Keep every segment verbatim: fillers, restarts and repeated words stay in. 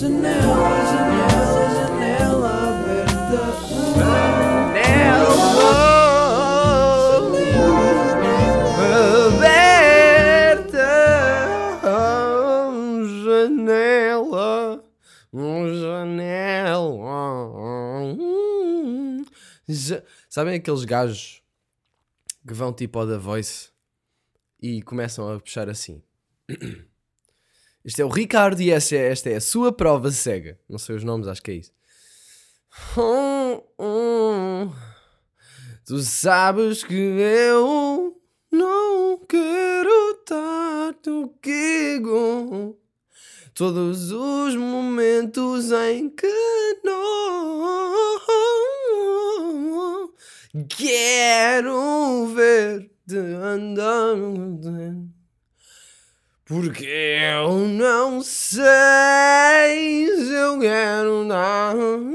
Janela, janela, janela aberta. Janela aberta. Janela. Janela. Ja- Sabem aqueles gajos que vão tipo ao The Voice e começam a puxar assim? Este é o Ricardo e esta é, esta é a sua prova cega. Não sei os nomes, acho que é isso. Hum, hum. Tu sabes que eu não quero estar contigo todos os momentos em que não quero ver-te andar. Porque eu não sei se eu quero dar.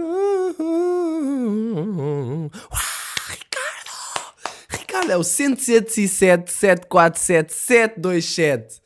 Uau, Ricardo! Ricardo é o um zero sete sete, sete quatro sete, sete dois sete.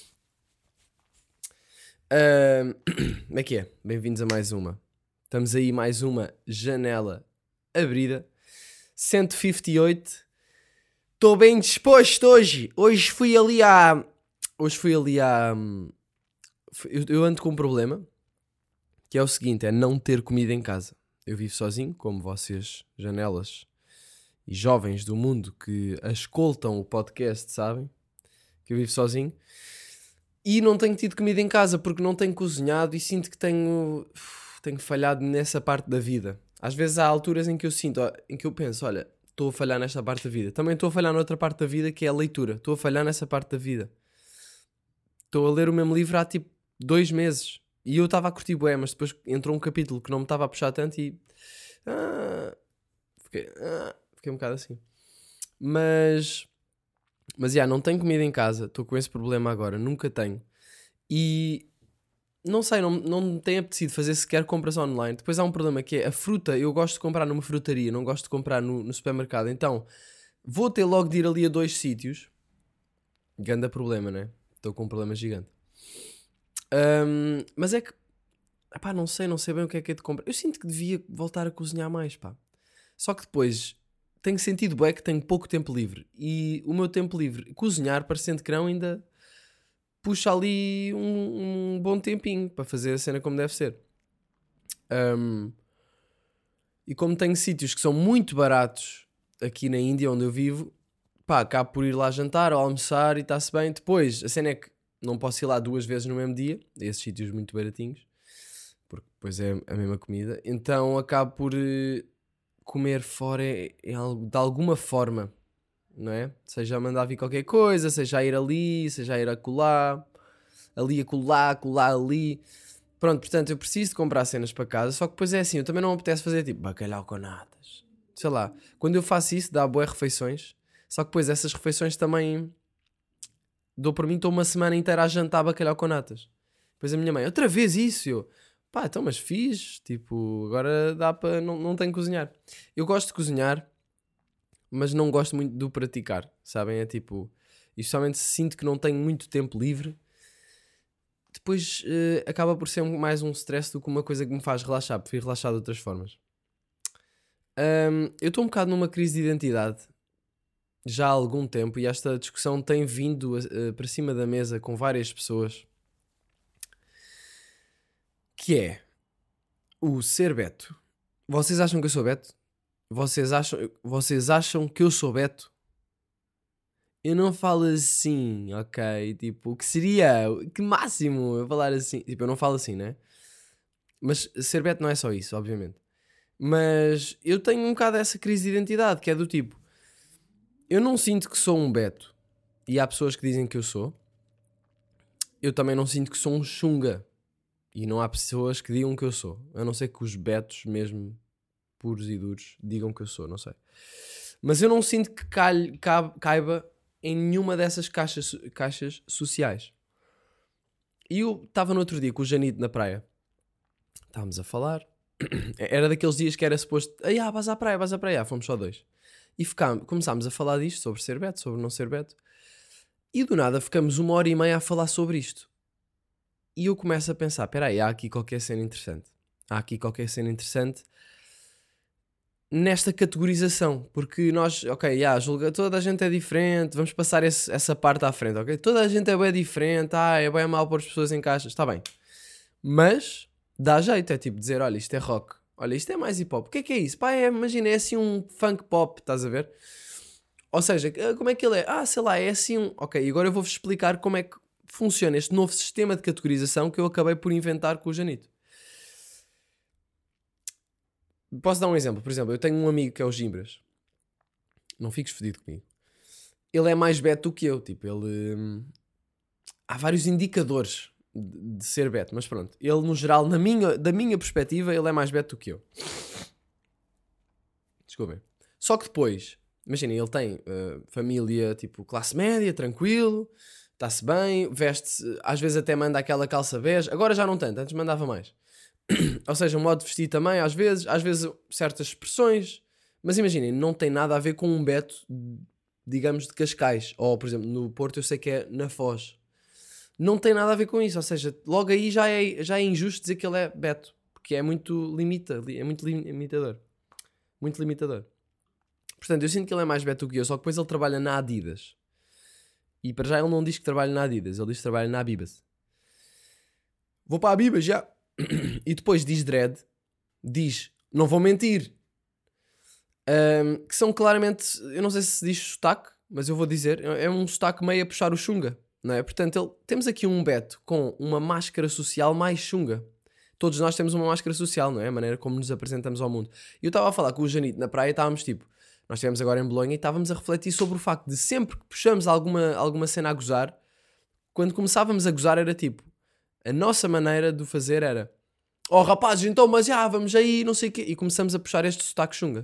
Uh, como é que é? Bem-vindos a mais uma. Estamos aí, mais uma janela abrida. cento e cinquenta e oito. Estou bem disposto hoje. Hoje fui ali à... Hoje fui ali à... Eu, eu ando com um problema, que é o seguinte, é não ter comida em casa. Eu vivo sozinho, como vocês, janelas e jovens do mundo que escutam o podcast, sabem? Que eu vivo sozinho. E não tenho tido comida em casa, porque não tenho cozinhado e sinto que tenho, tenho falhado nessa parte da vida. Às vezes há alturas em que eu sinto, em que eu penso, olha, estou a falhar nesta parte da vida. Também estou a falhar noutra parte da vida, que é a leitura. Estou a falhar nessa parte da vida. Estou a ler o mesmo livro há tipo dois meses. E eu estava a curtir bué, mas depois entrou um capítulo que não me estava a puxar tanto e... Ah, fiquei, ah, fiquei um bocado assim. Mas... Mas, já, não tenho comida em casa. Estou com esse problema agora. Nunca tenho. E... Não sei, não, não me tem apetecido fazer sequer compras online. Depois há um problema que é a fruta. Eu gosto de comprar numa frutaria, não gosto de comprar no, no supermercado. Então, vou ter logo de ir ali a dois sítios. Ganda problema, né? Estou com um problema gigante. Um, mas é que, pá, não sei, não sei bem o que é que é de comprar. Eu sinto que devia voltar a cozinhar mais, pá. Só que depois tenho sentido bem que tenho pouco tempo livre. E o meu tempo livre, cozinhar, parecendo que não, ainda puxa ali um, um bom tempinho para fazer a cena como deve ser. Um, e como tenho sítios que são muito baratos aqui na Índia, onde eu vivo, pá, acabo por ir lá jantar ou almoçar e está-se bem. Depois, a cena é que não posso ir lá duas vezes no mesmo dia, a esses sítios muito baratinhos, porque depois é a mesma comida. Então acabo por uh, comer fora em, em, de alguma forma, não é? Seja a mandar vir qualquer coisa, seja a ir ali, seja a ir a colar, ali a colar, colar ali. Pronto, portanto, eu preciso de comprar cenas para casa, só que depois é assim, eu também não me apetece fazer tipo bacalhau com natas. Sei lá, quando eu faço isso, dá boas refeições, só que depois essas refeições também... Dou por mim, estou uma semana inteira a jantar bacalhau com natas. Depois a minha mãe, outra vez isso? Eu, pá, então, mas fiz, tipo, agora dá para, não, não tenho que cozinhar. Eu gosto de cozinhar, mas não gosto muito de o praticar, sabem? É tipo, e somente sinto que não tenho muito tempo livre, depois uh, acaba por ser mais um stress do que uma coisa que me faz relaxar. Prefiro relaxar de outras formas. Um, eu estou um bocado numa crise de identidade já há algum tempo e esta discussão tem vindo uh, para cima da mesa com várias pessoas, que é o ser Beto. Vocês acham que eu sou Beto? Vocês acham, vocês acham que eu sou Beto? Eu não falo assim, ok? Tipo, o que seria? Que máximo eu falar assim? Tipo, eu não falo assim, né? Mas ser Beto não é só isso, obviamente. Mas eu tenho um bocado essa crise de identidade, que é do tipo... Eu não sinto que sou um Beto. E há pessoas que dizem que eu sou. Eu também não sinto que sou um Xunga. E não há pessoas que digam que eu sou. A não ser que os Betos, mesmo puros e duros, digam que eu sou, não sei. Mas eu não sinto que calhe, cabe, caiba em nenhuma dessas caixas, caixas sociais. E eu estava no outro dia com o Janito na praia. Estávamos a falar. Era daqueles dias que era suposto... Ah, vais à praia, vais à praia. Ah, fomos só dois. E ficámos, começámos a falar disto, sobre ser Beto, sobre não ser Beto. E do nada ficamos uma hora e meia a falar sobre isto. E eu começo a pensar, espera aí, há aqui qualquer cena interessante. Há aqui qualquer cena interessante nesta categorização, porque nós, ok, yeah, julga, toda a gente é diferente, vamos passar esse, essa parte à frente, ok? Toda a gente é bem diferente, ah, é bem mal pôr as pessoas em caixas, está bem. Mas dá jeito, é tipo dizer, olha, isto é rock, olha, isto é mais hip hop. O que é que é isso? Pá, é, imagina, é assim um funk pop, estás a ver? Ou seja, como é que ele é? Ah, sei lá, é assim um... Ok, agora eu vou-vos explicar como é que funciona este novo sistema de categorização que eu acabei por inventar com o Janito. Posso dar um exemplo? Por exemplo, eu tenho um amigo que é o Gimbras. Não fiques fedido comigo. Ele é mais beto do que eu. Tipo, ele... Hum, há vários indicadores de, de ser beto, mas pronto. Ele, no geral, na minha, da minha perspectiva, ele é mais beto do que eu. Desculpem. Só que depois, imaginem, ele tem uh, família, tipo, classe média, tranquilo, está-se bem, veste-se, às vezes até manda aquela calça bege. Agora já não tanto, antes mandava mais. Ou seja, o modo de vestir também, às vezes, às vezes certas expressões, mas imaginem, não tem nada a ver com um beto, digamos, de Cascais, ou por exemplo, no Porto eu sei que é na Foz. Não tem nada a ver com isso, ou seja, logo aí já é, já é injusto dizer que ele é beto, porque é muito limita, é muito limitador. Muito limitador. Portanto, eu sinto que ele é mais beto do que eu, só que depois ele trabalha na Adidas. E para já ele não diz que trabalha na Adidas, ele diz que trabalha na Abibas. Vou para a Abibas, já. E depois diz dread, diz, não vou mentir, um, que são claramente, eu não sei se diz sotaque, mas eu vou dizer, é um sotaque meio a puxar o chunga, não é? Portanto, ele, temos aqui um beto com uma máscara social mais chunga. Todos nós temos uma máscara social, não é? A maneira como nos apresentamos ao mundo. E eu estava a falar com o Janito na praia e estávamos tipo, nós estivemos agora em Bolonha e estávamos a refletir sobre o facto de sempre que puxamos alguma, alguma cena a gozar, quando começávamos a gozar era tipo, a nossa maneira de o fazer era, oh rapazes, então, mas já, vamos aí, não sei o quê. E começamos a puxar este sotaque chunga.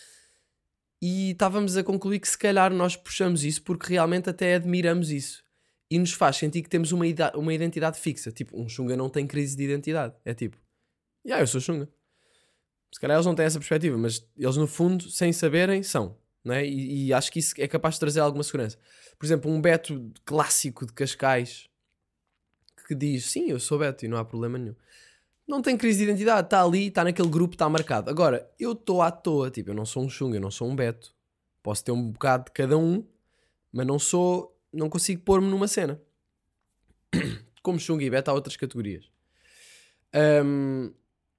E estávamos a concluir que se calhar nós puxamos isso porque realmente até admiramos isso. E nos faz sentir que temos uma, ida- uma identidade fixa. Tipo, um chunga não tem crise de identidade. É tipo, já, yeah, eu sou chunga. Se calhar eles não têm essa perspectiva, mas eles no fundo, sem saberem, são. Não é? E, e acho que isso é capaz de trazer alguma segurança. Por exemplo, um Beto clássico de Cascais que diz, sim, eu sou Beto e não há problema nenhum. Não tem crise de identidade, está ali, está naquele grupo, está marcado. Agora, eu estou à toa, tipo, eu não sou um chunga, eu não sou um Beto. Posso ter um bocado de cada um, mas não sou, não consigo pôr-me numa cena. Como chunga e Beto há outras categorias. Um,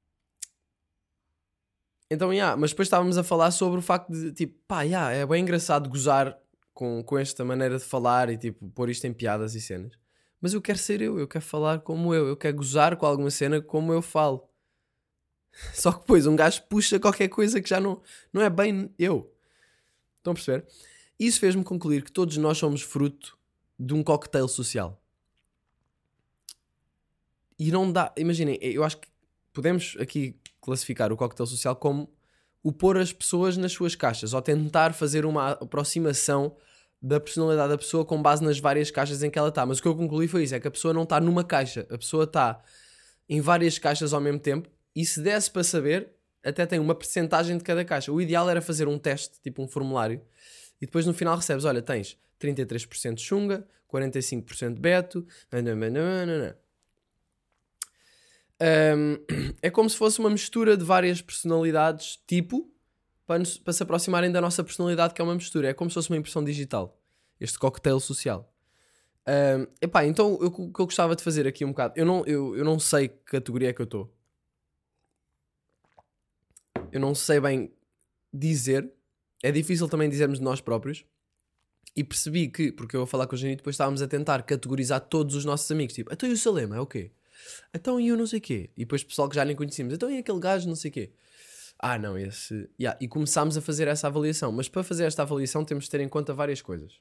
então, yeah, mas depois estávamos a falar sobre o facto de, tipo, pá, yeah, é bem engraçado gozar com, com esta maneira de falar e, tipo, pôr isto em piadas e cenas. Mas eu quero ser eu, eu quero falar como eu, eu quero gozar com alguma cena como eu falo. Só que depois um gajo puxa qualquer coisa que já não, não é bem eu. Estão a perceber? Isso fez-me concluir que todos nós somos fruto de um cocktail social. E não dá... Imaginem, eu acho que podemos aqui classificar o cocktail social como o pôr as pessoas nas suas caixas ou tentar fazer uma aproximação da personalidade da pessoa com base nas várias caixas em que ela está. Mas o que eu concluí foi isso, é que a pessoa não está numa caixa. A pessoa está em várias caixas ao mesmo tempo e se desse para saber, até tem uma percentagem de cada caixa. O ideal era fazer um teste, tipo um formulário, e depois no final recebes, olha, tens trinta e três por cento chunga, quarenta e cinco por cento beto, nananana. Um, é como se fosse uma mistura de várias personalidades, tipo, para, nos, para se aproximarem da nossa personalidade, que é uma mistura. É como se fosse uma impressão digital. Este cocktail social. Um, epá, então eu, o que eu gostava de fazer aqui um bocado... Eu não, eu, eu não sei que categoria é que eu estou. Eu não sei bem dizer. É difícil também dizermos de nós próprios. E percebi que, porque eu vou falar com o Janito, depois estávamos a tentar categorizar todos os nossos amigos. Tipo, então e o Salema? É o quê? Então e eu não sei o quê? E depois pessoal que já nem conhecíamos. Então e aquele gajo não sei o quê? Ah não, esse... Yeah. E começámos a fazer essa avaliação. Mas para fazer esta avaliação temos de ter em conta várias coisas.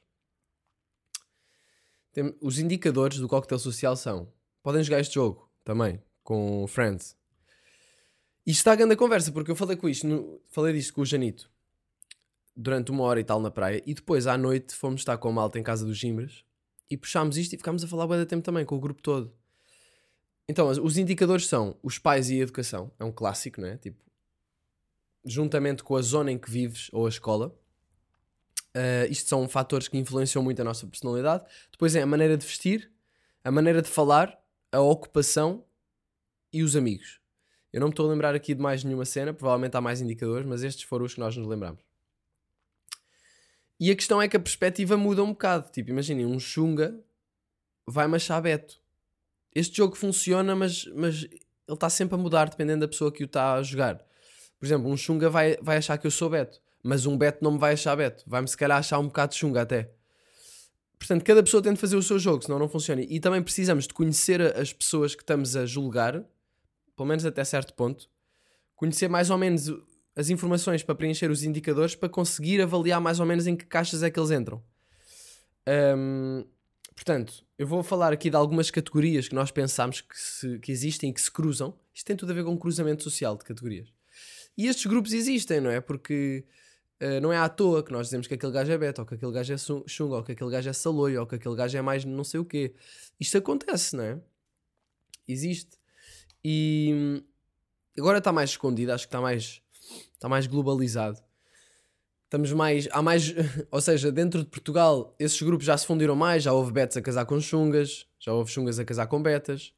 Tem... Os indicadores do cocktail social são... Podem jogar este jogo também, com Friends. E está a grande conversa, porque eu falei com isto, no... falei disto com o Janito durante uma hora e tal na praia, e depois à noite fomos estar com a malta em casa dos Gimbras e puxámos isto e ficámos a falar bué de tempo também, com o grupo todo. Então, os indicadores são os pais e a educação. É um clássico, não é? Tipo, juntamente com a zona em que vives ou a escola. Uh, isto são fatores que influenciam muito a nossa personalidade. Depois é a maneira de vestir, a maneira de falar, a ocupação e os amigos. Eu não me estou a lembrar aqui de mais nenhuma cena, provavelmente há mais indicadores, mas estes foram os que nós nos lembramos. E a questão é que a perspectiva muda um bocado. Tipo, imaginem, um Xunga vai-me achar Beto. Este jogo funciona, mas, mas ele está sempre a mudar dependendo da pessoa que o está a jogar. Por exemplo, um Xunga vai, vai achar que eu sou Beto, mas um Beto não me vai achar Beto. Vai-me se calhar achar um bocado de Xunga até. Portanto, cada pessoa tem de fazer o seu jogo, senão não funciona. E também precisamos de conhecer as pessoas que estamos a julgar, pelo menos até certo ponto. Conhecer mais ou menos as informações para preencher os indicadores para conseguir avaliar mais ou menos em que caixas é que eles entram. Um, portanto, eu vou falar aqui de algumas categorias que nós pensamos que, se, que existem e que se cruzam. Isto tem tudo a ver com cruzamento social de categorias. E estes grupos existem, não é? Porque uh, não é à toa que nós dizemos que aquele gajo é beta, ou que aquele gajo é Xunga, ou que aquele gajo é saloio, ou que aquele gajo é mais não sei o quê. Isto acontece, não é? Existe. E agora está mais escondido, acho que está mais, está mais globalizado. Estamos mais, há mais, ou seja, dentro de Portugal esses grupos já se fundiram mais, já houve betas a casar com Xungas, já houve Xungas a casar com betas.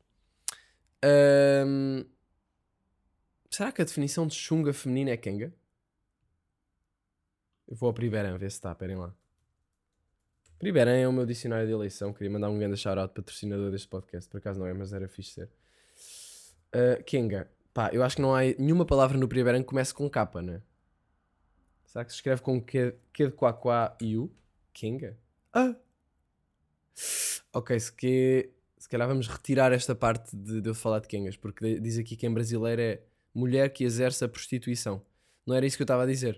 Um, será que a definição de Xunga feminina é Kenga? Eu vou ao Priberan ver se está, esperem lá. Priberan é o meu dicionário de eleição, queria mandar um grande shout-out patrocinador deste podcast, por acaso não é, mas era fixe ser. Uh, Kenga, pá, eu acho que não há nenhuma palavra no Priberan que comece com K, né? Será que se escreve com Q, Q de Quá Quá e U? Kenga? Ah! Ok, se, que, se calhar vamos retirar esta parte de, de eu falar de Kengas, porque diz aqui que em brasileiro é mulher que exerce a prostituição. Não era isso que eu estava a dizer.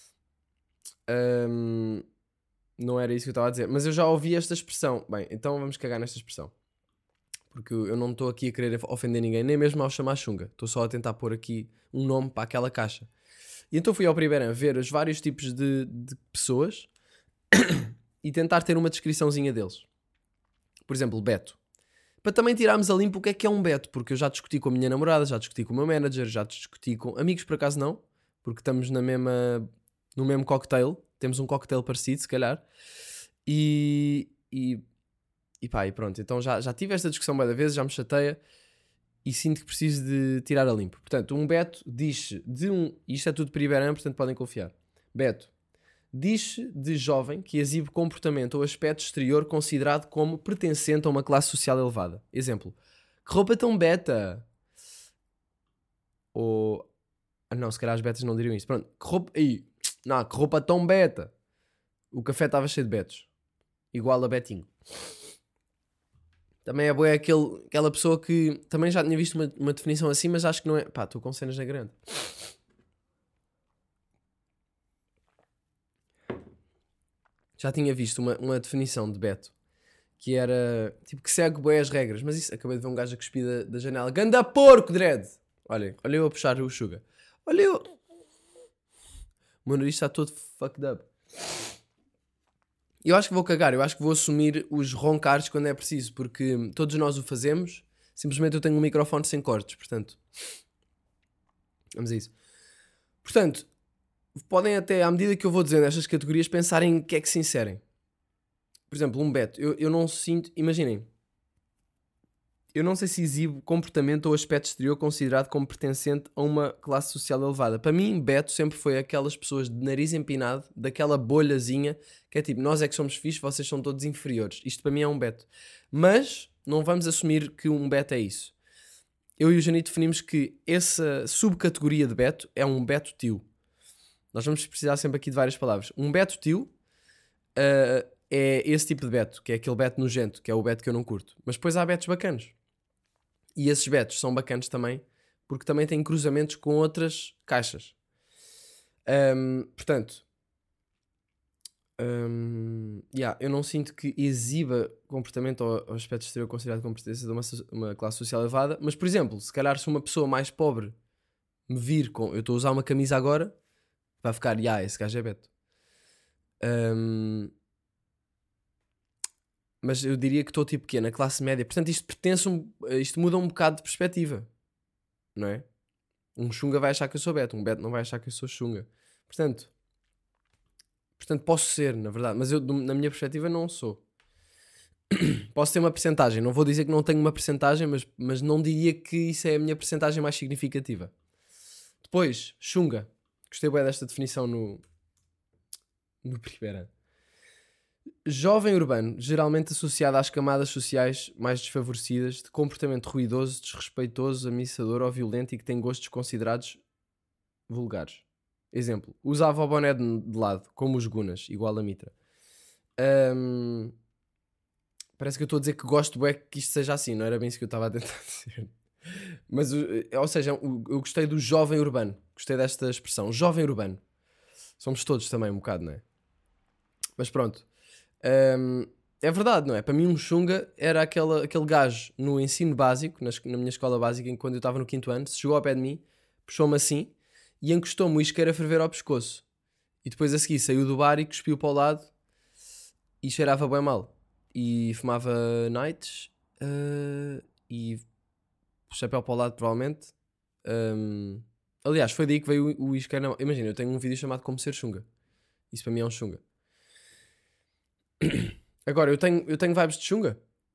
Um, não era isso que eu estava a dizer. Mas eu já ouvi esta expressão. Bem, então vamos cagar nesta expressão. Porque eu não estou aqui a querer ofender ninguém, nem mesmo ao chamar Xunga. Estou só a tentar pôr aqui um nome para aquela caixa. E então fui ao Priberan ver os vários tipos de, de pessoas e tentar ter uma descriçãozinha deles. Por exemplo, Beto. Para também tirarmos a limpo o que é que é um Beto, porque eu já discuti com a minha namorada, já discuti com o meu manager, já discuti com amigos, por acaso não, porque estamos na mesma, no mesmo cocktail, temos um cocktail parecido, se calhar, e, e, e pá, e pronto. Então já, já tive esta discussão várias vezes, já me chateia, e sinto que preciso de tirar a limpo. Portanto, um Beto diz de um... Isto é tudo Priberan, portanto podem confiar. Beto diz de jovem que exibe comportamento ou aspecto exterior considerado como pertencente a uma classe social elevada. Exemplo. Que roupa tão beta? Ou... Ah, não, se calhar as betas não diriam isso. Pronto. Que roupa... Aí. Não, que roupa tão beta? O café estava cheio de betos. Igual a Betinho. Também é boa aquele, aquela pessoa que também já tinha visto uma, uma definição assim, mas acho que não é. Pá, estou com cenas na grande. Já tinha visto uma, uma definição de Beto que era tipo que segue bem as regras, mas isso acabei de ver um gajo a cuspir da, da janela. Ganda porco, dread! Olha, olha eu a puxar o Sugar. Olha eu. O meu nariz está todo fucked up. Eu acho que vou cagar, eu acho que vou assumir os roncares quando é preciso, porque todos nós o fazemos, simplesmente eu tenho um microfone sem cortes, portanto, vamos a isso. Portanto, podem até, à medida que eu vou dizendo estas categorias, pensarem em que é que se inserem. Por exemplo, um Beto, eu, eu não sinto, imaginem, eu não sei se exibo comportamento ou aspecto exterior considerado como pertencente a uma classe social elevada. Para mim, Beto sempre foi aquelas pessoas de nariz empinado, daquela bolhazinha, que é tipo, nós é que somos fixos, vocês são todos inferiores. Isto para mim é um Beto. Mas não vamos assumir que um Beto é isso. Eu e o Janito definimos que essa subcategoria de Beto é um Beto tio. Nós vamos precisar sempre aqui de várias palavras. Um Beto tio uh, é esse tipo de Beto, que é aquele Beto nojento, que é o Beto que eu não curto. Mas depois há Betos bacanos. E esses betos são bacanas também, porque também têm cruzamentos com outras caixas. Um, portanto, um, yeah, eu não sinto que exiba comportamento ou, ou aspecto exterior considerado como pertença de uma, uma classe social elevada, mas, por exemplo, se calhar se uma pessoa mais pobre me vir com... Eu estou a usar uma camisa agora, vai ficar, ya, yeah, esse gajo é beto. Um, mas eu diria que estou tipo que é na classe média. Portanto, isto pertence um, isto muda um bocado de perspectiva, não é? Um Xunga vai achar que eu sou Beto, um Beto não vai achar que eu sou Xunga. Portanto, portanto posso ser, na verdade, mas eu, na minha perspectiva, não sou. Posso ter uma percentagem. Não vou dizer que não tenho uma percentagem, mas, mas não diria que isso é a minha percentagem mais significativa. Depois, chunga. Gostei bem desta definição no... No primeiro ano. Jovem urbano, geralmente associado às camadas sociais mais desfavorecidas, de comportamento ruidoso, desrespeitoso, ameaçador ou violento e que tem gostos considerados vulgares. Exemplo, usava o boné de de lado, como os gunas, igual a mitra. Ahm, parece que eu estou a dizer que gosto é que isto seja assim, não era bem isso que eu estava a tentar dizer. Mas, o- ou seja, o- eu gostei do jovem urbano, gostei desta expressão, jovem urbano. Somos todos também um bocado, não é? Mas pronto. Ahm, é verdade, não é? Para mim um chunga era aquele, aquele gajo no ensino básico, na, es- na minha escola básica, em que quando eu estava no quinto ano, se chegou ao pé de mim, puxou-me assim e encostou-me o isqueiro a ferver ao pescoço. E depois a seguir saiu do bar e cuspiu para o lado e cheirava bem mal. E fumava nights ah, e chapéu para o lado provavelmente. Ahm, aliás, foi daí que veio o, o isqueiro. na- Imagina, eu tenho um vídeo chamado Como Ser Chunga. Isso para mim é um chunga. Agora, eu tenho, eu tenho vibes de chunga.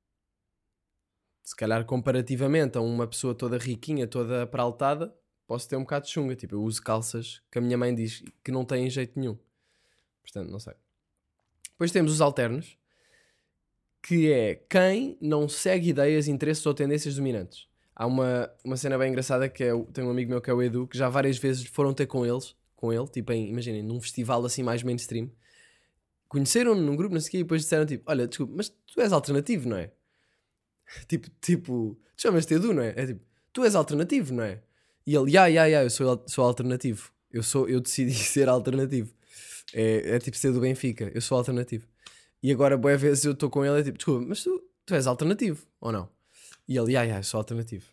Se calhar comparativamente a uma pessoa toda riquinha, toda praltada, posso ter um bocado de chunga. Tipo, eu uso calças que a minha mãe diz que não têm jeito nenhum. Portanto, não sei. Depois temos os alternos, que é quem não segue ideias, interesses ou tendências dominantes. Há uma, uma cena bem engraçada que é, o- tem um amigo meu que é o Edu, que já várias vezes foram ter com eles, com ele, tipo, em, imaginem, num festival assim mais mainstream. Conheceram-no num grupo, não sei o quê, e depois disseram tipo, olha, desculpa, mas tu és alternativo, não é? Tipo, tipo, tu chamas-te Edu, não é? É tipo, tu és alternativo, não é? E ele, ya, ya, ya, eu sou, al- sou alternativo. Eu, sou, eu decidi ser alternativo. É, é tipo ser do Benfica, eu sou alternativo. E agora, boas vezes eu estou com ele, é tipo, desculpa, mas tu, tu és alternativo, ou não? E ele, ya, ya, eu sou alternativo.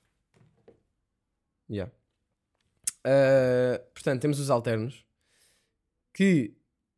Ya. Ah, portanto, temos os alternos que,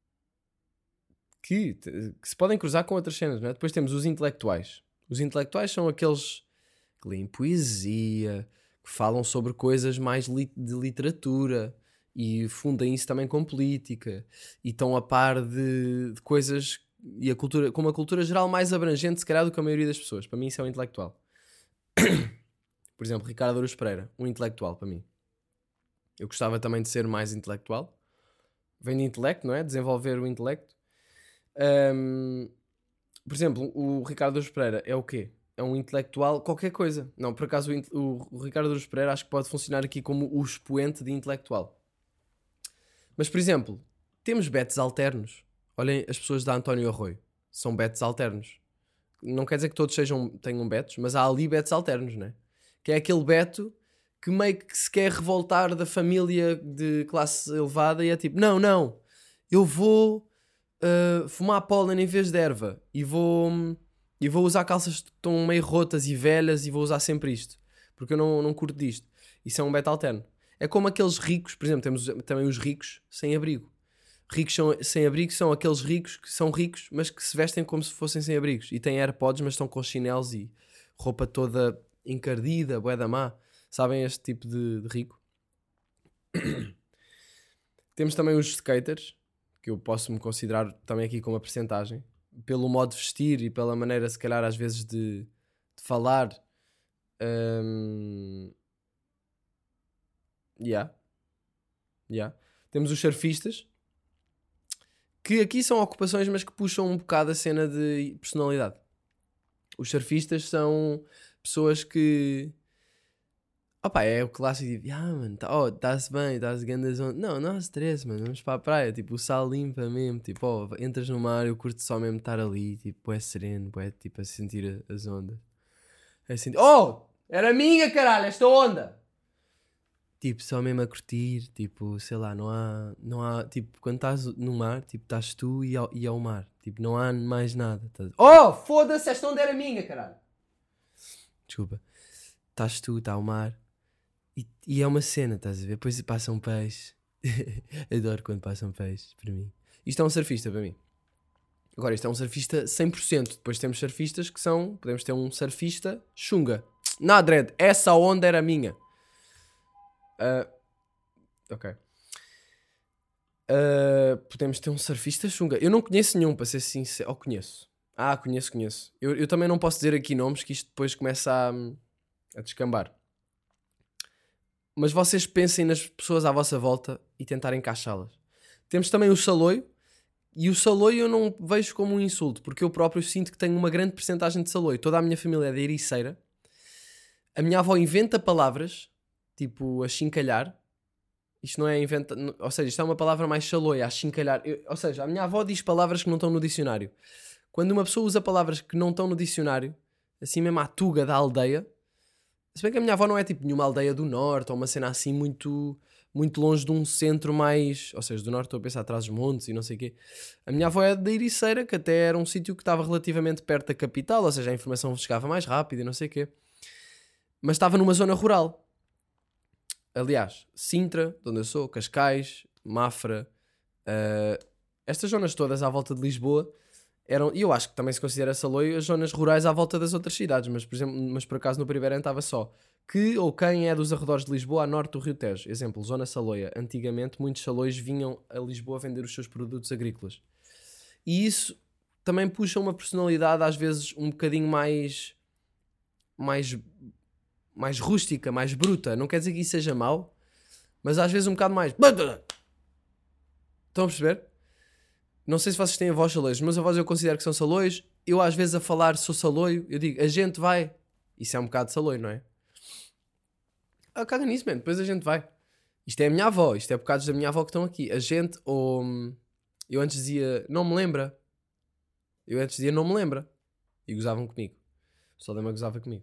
que, que se podem cruzar com outras cenas, não é? Depois temos os intelectuais. Os intelectuais são aqueles que leem poesia, que falam sobre coisas mais li- de literatura e fundem isso também com política e estão a par de, de coisas e a cultura, com uma cultura geral mais abrangente, se calhar, do que a maioria das pessoas. Para mim, isso é um intelectual. Por exemplo, Ricardo Aruz Pereira, um intelectual para mim. Eu gostava também de ser mais intelectual. Vem de intelecto, não é? Desenvolver o intelecto. Ahm, por exemplo, o Ricardo Aruz Pereira é o quê? É um intelectual qualquer coisa. Não, por acaso o, inte- o- o Ricardo Aruz Pereira acho que pode funcionar aqui como o expoente de intelectual. Mas, por exemplo, temos betos alternos. Olhem as pessoas da António Arroio. São betos alternos. Não quer dizer que todos sejam, tenham betos, mas há ali betos alternos, né? Que é aquele beto que meio que se quer revoltar da família de classe elevada e é tipo, não, não, eu vou uh, fumar pólen em vez de erva e vou, e vou usar calças que estão meio rotas e velhas e vou usar sempre isto, porque eu não, não curto disto. Isso é um beto alterno. É como aqueles ricos, por exemplo, temos também os ricos sem abrigo. Ricos são, sem abrigo são aqueles ricos que são ricos, mas que se vestem como se fossem sem abrigos. E têm AirPods, mas estão com chinelos e roupa toda encardida, bué da má. Sabem este tipo de, de rico? Temos também os skaters, que eu posso me considerar também aqui com uma percentagem. Pelo modo de vestir e pela maneira, se calhar, às vezes de, de falar. Hum, yeah, yeah. Temos os surfistas, que aqui são ocupações, mas que puxam um bocado a cena de personalidade. Os surfistas são pessoas que. Opa, é o clássico tipo, ah, mano, tá, oh, tá-se bem, tá-se grandes ondas. Não, não há stress, mano, vamos para a praia. Tipo, o sal limpa mesmo. Tipo, oh, entras no mar, eu curto só mesmo estar ali. Tipo, é sereno, é tipo a sentir a- as ondas. É assim, oh, era minha, caralho, esta onda. Tipo, só mesmo a curtir, tipo, sei lá, não há, não há, tipo, quando estás no mar, tipo, estás tu e ao, e ao mar, tipo, não há mais nada. Estás... Oh, foda-se, esta onda era minha, caralho. Desculpa. Estás tu, está o mar, e, e é uma cena, estás a ver? Depois passa um peixe. Adoro quando passam peixes, para mim. Isto é um surfista, para mim. Agora, isto é um surfista cem por cento. Depois temos surfistas que são, podemos ter um surfista chunga. Não, Dredd, essa onda era minha. Ah, ok. Uh, podemos ter um surfista chunga. Eu não conheço nenhum, para ser sincero. Ou conheço. Ah, conheço, conheço. Eu, eu também não posso dizer aqui nomes, que isto depois começa a, a descambar. Mas vocês pensem nas pessoas à vossa volta e tentarem encaixá-las. Temos também o saloio, e o saloio eu não vejo como um insulto, porque eu próprio sinto que tenho uma grande percentagem de saloio. Toda a minha família é de Ericeira. A minha avó inventa palavras, tipo achincalhar. Isto não é inventa... Ou seja, isto é uma palavra mais saloia, achincalhar. Eu, ou seja, a minha avó diz palavras que não estão no dicionário. Quando uma pessoa usa palavras que não estão no dicionário, assim mesmo à tuga da aldeia, se bem que a minha avó não é tipo nenhuma aldeia do norte ou uma cena assim muito, muito longe de um centro mais... Ou seja, do norte estou a pensar atrás dos montes e não sei o quê. A minha avó é da Ericeira, que até era um sítio que estava relativamente perto da capital, ou seja, a informação chegava mais rápido e não sei o quê. Mas estava numa zona rural. Aliás, Sintra, de onde eu sou, Cascais, Mafra, uh, estas zonas todas à volta de Lisboa eram, e eu acho que também se considera Saloio, as zonas rurais à volta das outras cidades, mas por, exemplo, mas por acaso no primeiro ano estava só que ou quem é dos arredores de Lisboa a norte do Rio Tejo. Exemplo, zona Saloia. Antigamente muitos salões vinham a Lisboa vender os seus produtos agrícolas. E isso também puxa uma personalidade às vezes um bocadinho mais mais mais rústica, mais bruta. Não quer dizer que isso seja mau, mas às vezes um bocado mais... Estão a perceber? Não sei se vocês têm avós saloios. Os meus avós eu considero que são saloios. Eu às vezes a falar sou saloio, eu digo, a gente vai. Isso é um bocado de saloio, não é? Ah, caga nisso, mano. Depois a gente vai. Isto é a minha avó. Isto é bocados da minha avó que estão aqui. A gente, ou... Eu antes dizia, não me lembra. Eu antes dizia, não me lembra. E gozavam comigo. Só Lema gozava comigo.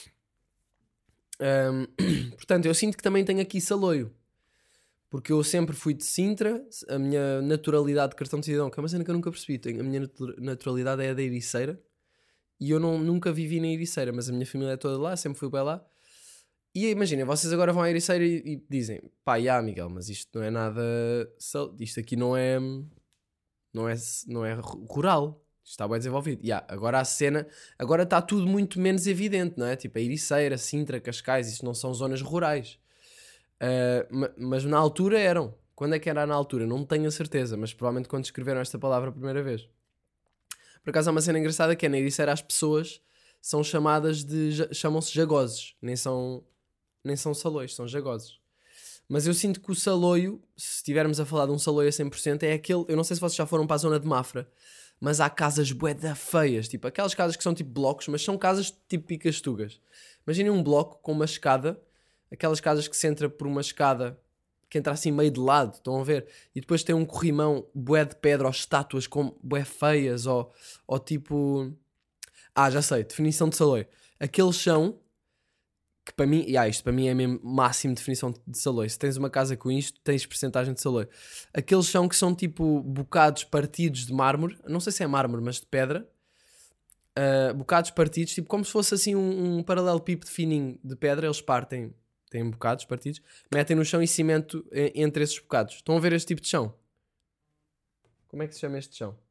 Um, portanto, eu sinto que também tenho aqui saloio. Porque eu sempre fui de Sintra, a minha naturalidade de cartão de cidadão, que é uma cena que eu nunca percebi, tenho, a minha naturalidade é a da Ericeira, e eu não, nunca vivi na Ericeira, mas a minha família é toda lá, sempre fui para lá. E imagina, vocês agora vão à Ericeira e, e dizem, pá, já Miguel, mas isto não é nada, isto aqui não é, não é, não é rural, isto está bem desenvolvido. Yeah, agora a cena, agora está tudo muito menos evidente, não é? Tipo, a Ericeira, Sintra, Cascais, isso não são zonas rurais. Uh, mas na altura eram. Quando é que era na altura? Não tenho a certeza, mas provavelmente quando escreveram esta palavra a primeira vez. Por acaso há uma cena engraçada que é na Ericeira as pessoas são chamadas de... chamam-se jagozes, nem são, nem são salões, são jagozes. Mas eu sinto que o saloio, se estivermos a falar de um saloio a cem por cento, é aquele... Eu não sei se vocês já foram para a zona de Mafra, mas há casas bué da feias, tipo aquelas casas que são tipo blocos, mas são casas típicas tugas. Imaginem um bloco com uma escada, aquelas casas que se entra por uma escada que entra assim meio de lado, estão a ver? E depois tem um corrimão bué de pedra ou estátuas com bué feias ou, ou tipo... Ah, já sei, definição de saloio. Aquele chão que para mim... Ah, isto para mim é mesmo máximo definição de saloio. Se tens uma casa com isto, tens percentagem de saloio. Aquele chão que são tipo bocados partidos de mármore, não sei se é mármore, mas de pedra. Uh, bocados partidos, tipo como se fosse assim um, um paralelepípedo fininho de pedra, eles partem... Têm bocados partidos, metem no chão e cimento entre esses bocados. Estão a ver este tipo de chão? Como é que se chama este chão?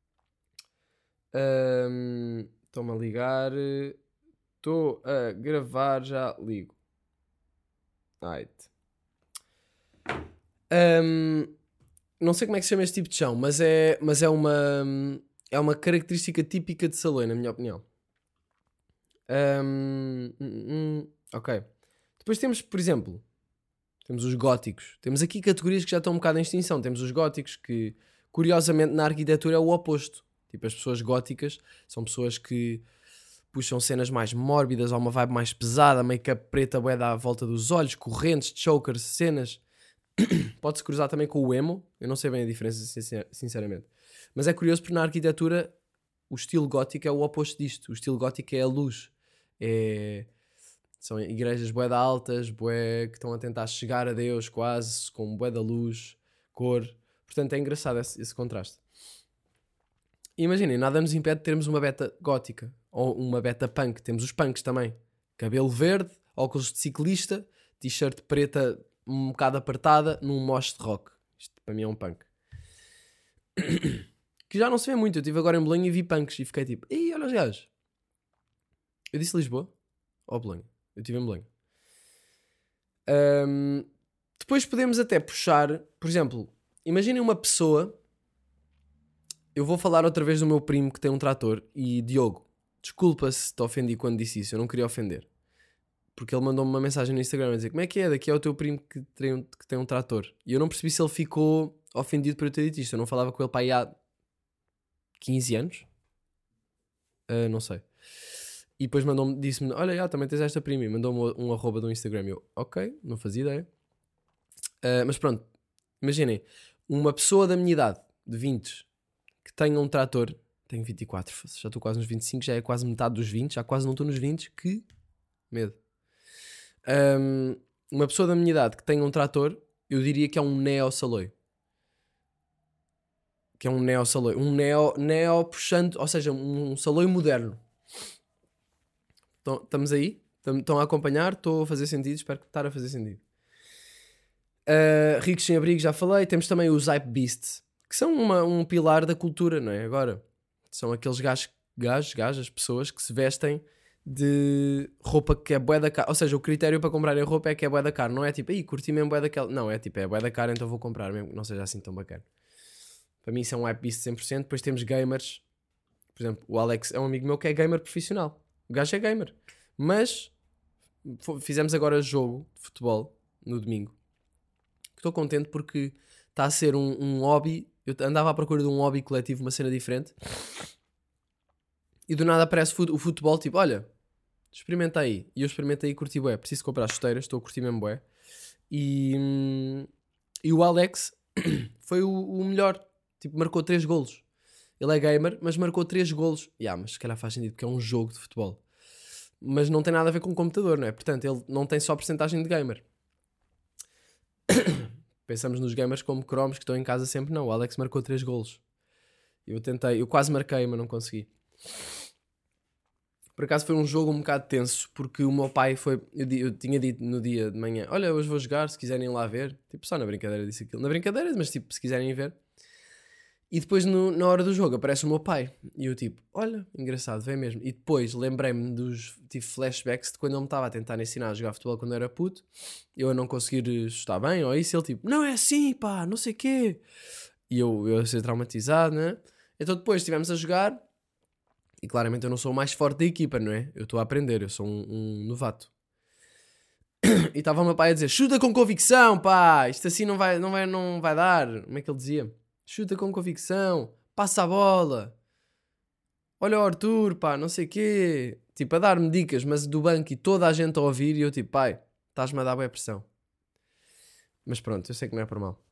Um, Estou-me a ligar. Estou a gravar, já ligo. Right. Um, não sei como é que se chama este tipo de chão, mas é, mas é, uma, é uma característica típica de saloio, na minha opinião. Um, hum, hum, ok. Depois temos, por exemplo, temos os góticos. Temos aqui categorias que já estão um bocado em extinção. Temos os góticos que, curiosamente, na arquitetura é o oposto. Tipo, as pessoas góticas são pessoas que puxam cenas mais mórbidas ou uma vibe mais pesada, make-up preta, bué à volta dos olhos, correntes, chokers, cenas. Pode-se cruzar também com o emo. Eu não sei bem a diferença, sinceramente. Mas é curioso porque na arquitetura o estilo gótico é o oposto disto. O estilo gótico é a luz. É... São igrejas bué da altas, bué que estão a tentar chegar a Deus quase, com bué da luz, cor. Portanto, é engraçado esse, esse contraste. Imaginem, nada nos impede de termos uma beta gótica ou uma beta punk. Temos os punks também. Cabelo verde, óculos de ciclista, t-shirt preta um bocado apertada, num mosh de rock. Isto para mim é um punk. Que já não se vê muito. Eu estive agora em Bolonha e vi punks e fiquei tipo, ih, olha os gajos. Eu disse Lisboa ou Bolonha? Eu estive em Belém. Um, depois podemos até puxar, por exemplo, imaginem uma pessoa eu vou falar outra vez do meu primo que tem um trator. E Diogo, desculpa se te ofendi quando disse isso, eu não queria ofender. Porque ele mandou-me uma mensagem no Instagram a dizer: como é que é? Daqui é o teu primo que tem um, que tem um trator. E eu não percebi se ele ficou ofendido por eu ter dito isto. Eu não falava com ele para aí há quinze anos. Uh, não sei. E depois mandou-me, disse-me: olha, já, também tens esta prima. E mandou-me um arroba do Instagram. E eu, ok, não fazia ideia. Uh, mas pronto, imaginem, uma pessoa da minha idade, de vinte, que tenha um trator, tenho vinte e quatro, já estou quase nos vinte e cinco, já é quase metade dos vinte, já quase não estou nos vinte, que medo. Um, uma pessoa da minha idade que tenha um trator, eu diria que é um neo-saloio. Que é um neo-saloio. Um neo, neo puxando, ou seja, um saloio moderno. Então, estamos aí? Estão a acompanhar? Estou a fazer sentido? Espero que estar a fazer sentido. Uh, ricos sem abrigo, já falei. Temos também os Hype Beasts, que são uma, um pilar da cultura, não é? Agora, são aqueles gajos, gajos, gajas, pessoas que se vestem de roupa que é bué da cara. Ou seja, o critério para comprarem roupa é que é bué da cara. Não é tipo, aí curti mesmo bué daquela. Não, é tipo, é bué da cara, então vou comprar mesmo que não seja assim tão bacana. Para mim isso é um Hype Beast cem por cento. Depois temos gamers. Por exemplo, o Alex é um amigo meu que é gamer profissional. O gajo é gamer. Mas fizemos agora jogo de futebol no domingo. Estou contente porque está a ser um, um hobby. Eu andava à procura de um hobby coletivo, uma cena diferente. E do nada aparece o futebol, tipo, olha, experimenta aí. E eu experimentei e curti bué. Preciso comprar chuteiras, estou a curtir mesmo bué. E, hum, e o Alex foi o, o melhor. Tipo, marcou três golos. Ele é gamer, mas marcou três golos. Yeah, mas se calhar faz sentido porque é um jogo de futebol. Mas não tem nada a ver com o computador, não é? Portanto, ele não tem só porcentagem de gamer. Pensamos nos gamers como cromos que estão em casa sempre. Não, o Alex marcou três golos. Eu tentei, eu quase marquei, mas não consegui. Por acaso foi um jogo um bocado tenso, porque o meu pai foi... Eu, eu tinha dito no dia de manhã, olha, hoje vou jogar, se quiserem ir lá ver. Tipo, só na brincadeira disse aquilo. Na brincadeira, mas tipo, se quiserem ir ver. E depois, no, na hora do jogo, aparece o meu pai. E eu tipo, olha, engraçado, vem mesmo. E depois lembrei-me dos... Tive flashbacks de quando ele me estava a tentar ensinar a jogar futebol quando eu era puto. Eu a não conseguir estar bem, ou isso. Ele tipo, não é assim, pá, não sei o quê. E eu, eu a ser traumatizado, né? Então depois estivemos a jogar. E claramente eu não sou o mais forte da equipa, não é? Eu estou a aprender, eu sou um, um novato. E estava o meu pai a dizer, chuta com convicção, pá. Isto assim não vai, não vai, não vai dar. Como é que ele dizia? Chuta com convicção, passa a bola, olha o Arthur, pá, não sei o quê. Tipo, a dar-me dicas, mas do banco e toda a gente a ouvir. E eu tipo, pai, estás-me a dar boa pressão. Mas pronto, eu sei que não é por mal.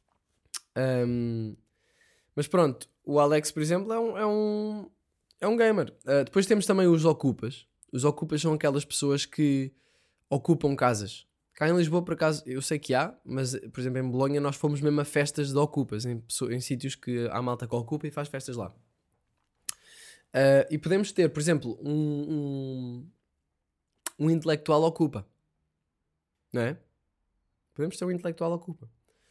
Um, mas pronto, o Alex, por exemplo, é um, é um, é um gamer. Uh, depois temos também os ocupas. Os ocupas são aquelas pessoas que ocupam casas. Cá em Lisboa, por acaso, eu sei que há, mas, por exemplo, em Bolonha nós fomos mesmo a festas de ocupas, em, em sítios que há malta que ocupa e faz festas lá. Uh, e podemos ter, por exemplo, um, um, um intelectual ocupa. Não é? Podemos ter um intelectual ocupa.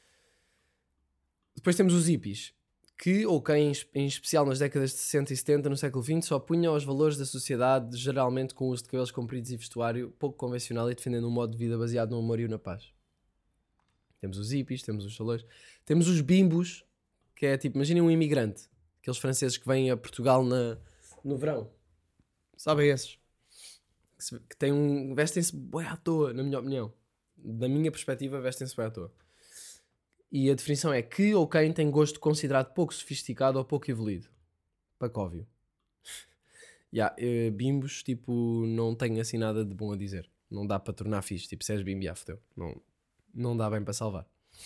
Depois temos os hippies, que, ou quem em especial nas décadas de sessenta e setenta, no século vinte, só punham aos valores da sociedade, geralmente com o uso de cabelos compridos e vestuário pouco convencional e defendendo um modo de vida baseado no amor e na paz. Temos os hippies, temos os salões, temos os bimbos, que é tipo, imaginem um imigrante, aqueles franceses que vêm a Portugal na, no verão. Sabem esses? Que, se, que têm um, vestem-se bué à toa, na minha opinião. Da minha perspectiva, vestem-se bué à toa. E a definição é que ou quem tem gosto considerado pouco sofisticado ou pouco evoluído. Pacóvio. yeah, uh, bimbos, tipo, não tenho assim nada de bom a dizer. Não dá para tornar fixe. Tipo, se és bimbo, já fodeu. Não, não dá bem para salvar.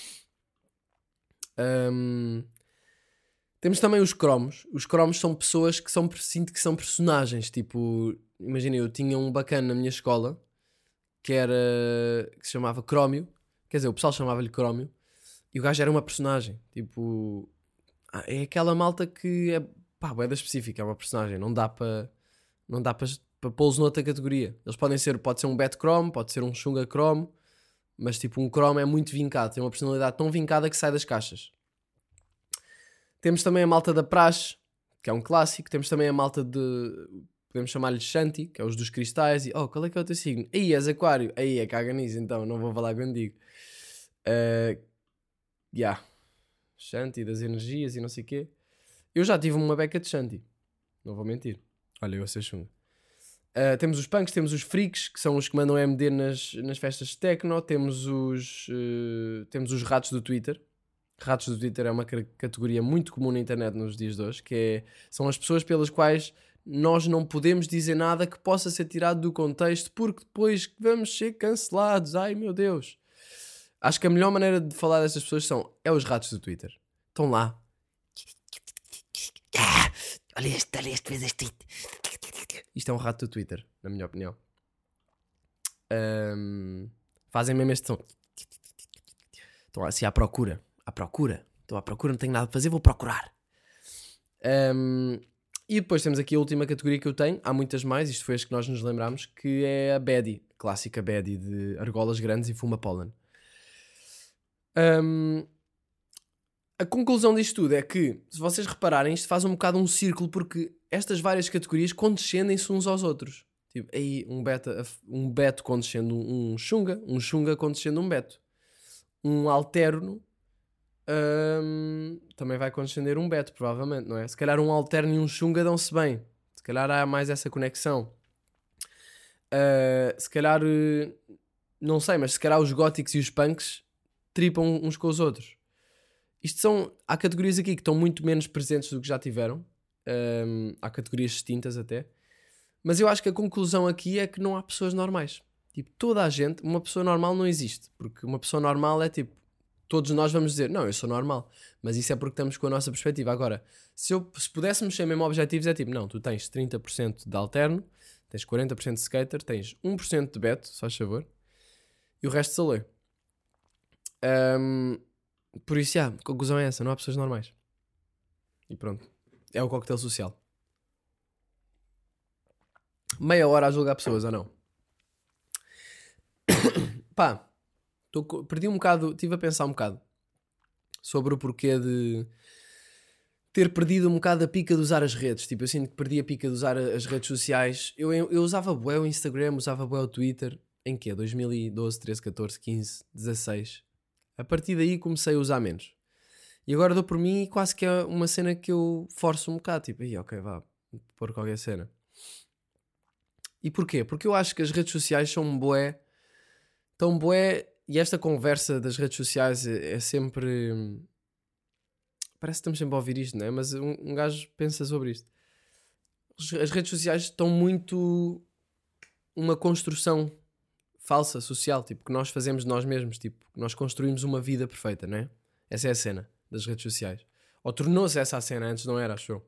Um, temos também os cromos. Os cromos são pessoas que são, sinto que são personagens. Tipo, imagina, eu tinha um bacana na minha escola que era, que se chamava Crómio. Quer dizer, o pessoal chamava-lhe Crómio. E o gajo era uma personagem, tipo... É aquela malta que é... Pá, boeda específica, é uma personagem. Não dá para... Não dá para pa pô-los noutra categoria. Eles podem ser... Pode ser um Bad Chrome, pode ser um Xunga Chrome. Mas tipo, um Chrome é muito vincado. Tem uma personalidade tão vincada que sai das caixas. Temos também a malta da praxe, que é um clássico. Temos também a malta de... Podemos chamar-lhe Shanti, que é os dos cristais. E, oh, qual é que é o teu signo? Aí, és aquário. Aí, é caga nisso, então. Não vou falar contigo. Uh... Yeah. Shanti, das energias e não sei o quê. Eu já tive uma beca de Shanti. Não vou mentir. Olha, eu a ser chunga. Uh, temos os punks, temos os freaks, que são os que mandam M D nas, nas festas de techno. Temos os, uh, temos os ratos do Twitter. Ratos do Twitter é uma categoria muito comum na internet nos dias de hoje, que é, são as pessoas pelas quais nós não podemos dizer nada que possa ser tirado do contexto, porque depois vamos ser cancelados. Ai, meu Deus. Acho que a melhor maneira de falar destas pessoas são, é os ratos do Twitter. Estão lá. Olha este, olha este, fez este tweet. Isto é um rato do Twitter, na minha opinião. Um, fazem mesmo este som. Estão assim à procura. À procura. Estou à procura, não tenho nada a fazer, vou procurar. Um, e depois temos aqui a última categoria que eu tenho. Há muitas mais, isto foi as que nós nos lembramos, que é a baddie. Clássica baddie de argolas grandes e fuma pólen. Um, a conclusão disto tudo é que, se vocês repararem, isto faz um bocado um círculo, porque estas várias categorias condescendem-se uns aos outros. Tipo, aí um, beta, um beto condescende um chunga, um chunga condescende um beto. Um alterno um, também vai condescender um beto, provavelmente, não é? Se calhar um alterno e um chunga dão-se bem. Se calhar há mais essa conexão. Uh, se calhar, uh, não sei, mas se calhar os góticos e os punks tripam uns com os outros. Isto são, há categorias aqui que estão muito menos presentes do que já tiveram. Um, há categorias distintas até. Mas eu acho que a conclusão aqui é que não há pessoas normais. Tipo, toda a gente, uma pessoa normal não existe. Porque uma pessoa normal é tipo, todos nós vamos dizer, não, eu sou normal. Mas isso é porque estamos com a nossa perspectiva. Agora, se, eu, se pudéssemos ser mesmo objetivos, é tipo, não, tu tens trinta por cento de alterno, tens quarenta por cento de skater, tens um por cento de beto, só faz favor, e o resto de salê. Um, por isso, já, a conclusão é essa, não há pessoas normais. E pronto. É o coquetel social. Meia hora a julgar pessoas, ou não? Pá, tô, perdi um bocado, estive a pensar um bocado sobre o porquê de ter perdido um bocado a pica de usar as redes. Tipo, eu sinto que perdi a pica de usar as redes sociais. Eu, eu, eu usava bué o Instagram, usava bué o Twitter. Em quê? dois mil e doze, treze, catorze, quinze, dezasseis. A partir daí comecei a usar menos. E agora dou por mim e quase que é uma cena que eu forço um bocado. Tipo, aí, ok, vá, pôr qualquer cena. E porquê? Porque eu acho que as redes sociais são bué, tão bué, e esta conversa das redes sociais é, é sempre... Parece que estamos sempre a ouvir isto, não é? Mas um, um gajo pensa sobre isto. As redes sociais estão muito uma construção falsa, social, tipo, que nós fazemos de nós mesmos, tipo, que nós construímos uma vida perfeita, não é? Essa é a cena das redes sociais. Ou tornou-se essa a cena, antes não era, acho eu.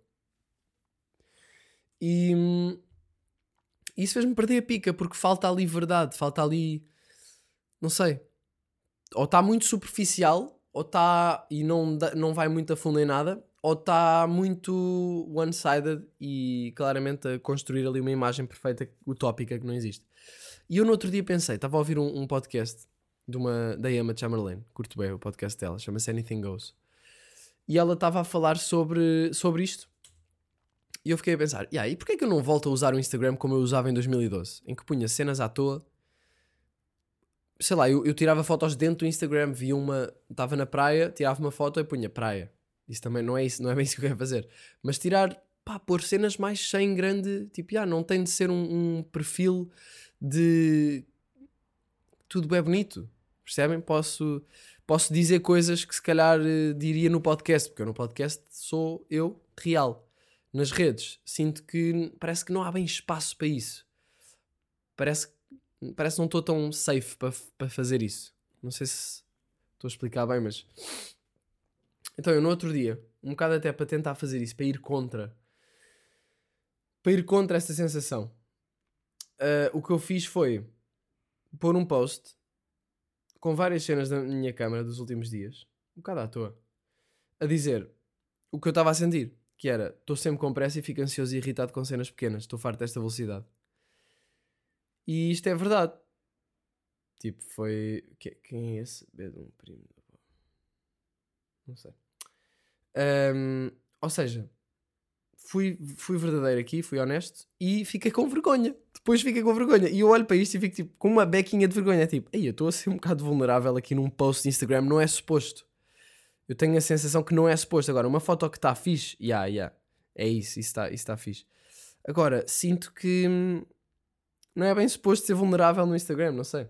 E isso fez-me perder a pica, porque falta ali verdade, falta ali, não sei, ou está muito superficial, ou está, e não, não vai muito a fundo em nada, ou está muito one-sided e claramente a construir ali uma imagem perfeita, utópica, que não existe. E eu no outro dia pensei, estava a ouvir um, um podcast de uma, da Emma Chamberlain, curto bem o podcast dela, chama-se Anything Goes, e ela estava a falar sobre, sobre isto, e eu fiquei a pensar, yeah, e porquê é que eu não volto a usar o Instagram como eu usava em dois mil e doze, em que punha cenas à toa, sei lá, eu, eu tirava fotos dentro do Instagram, via uma, estava na praia, tirava uma foto e punha praia, isso também não é isso, não é bem isso que eu quero fazer, mas tirar, pá, pôr cenas mais sem grande, tipo, yeah, não tem de ser um, um perfil de tudo bem bonito, percebem? Posso, posso dizer coisas que se calhar uh, diria no podcast, porque eu no podcast sou eu real. Nas redes sinto que parece que não há bem espaço para isso, parece, parece que não estou tão safe para, para fazer isso. Não sei se estou a explicar bem, mas então eu no outro dia, um bocado até para tentar fazer isso, para ir contra para ir contra essa sensação, uh, o que eu fiz foi pôr um post com várias cenas da minha câmara dos últimos dias, um bocado à toa, a dizer o que eu estava a sentir, que era, estou sempre com pressa e fico ansioso e irritado com cenas pequenas, estou farto desta velocidade. E isto é verdade. Tipo, foi... Quem é esse? Bedum, primo. Não sei. Um, ou seja, fui, fui verdadeiro aqui, fui honesto e fiquei com vergonha. Depois fiquei com vergonha. E eu olho para isto e fico tipo, com uma bequinha de vergonha. Tipo, ei, eu estou a ser um bocado vulnerável aqui num post de Instagram, não é suposto. Eu tenho a sensação que não é suposto. Agora, uma foto que está fixe, yeah, yeah, é isso, isso está isso tá fixe. Agora, sinto que hum, não é bem suposto ser vulnerável no Instagram, não sei.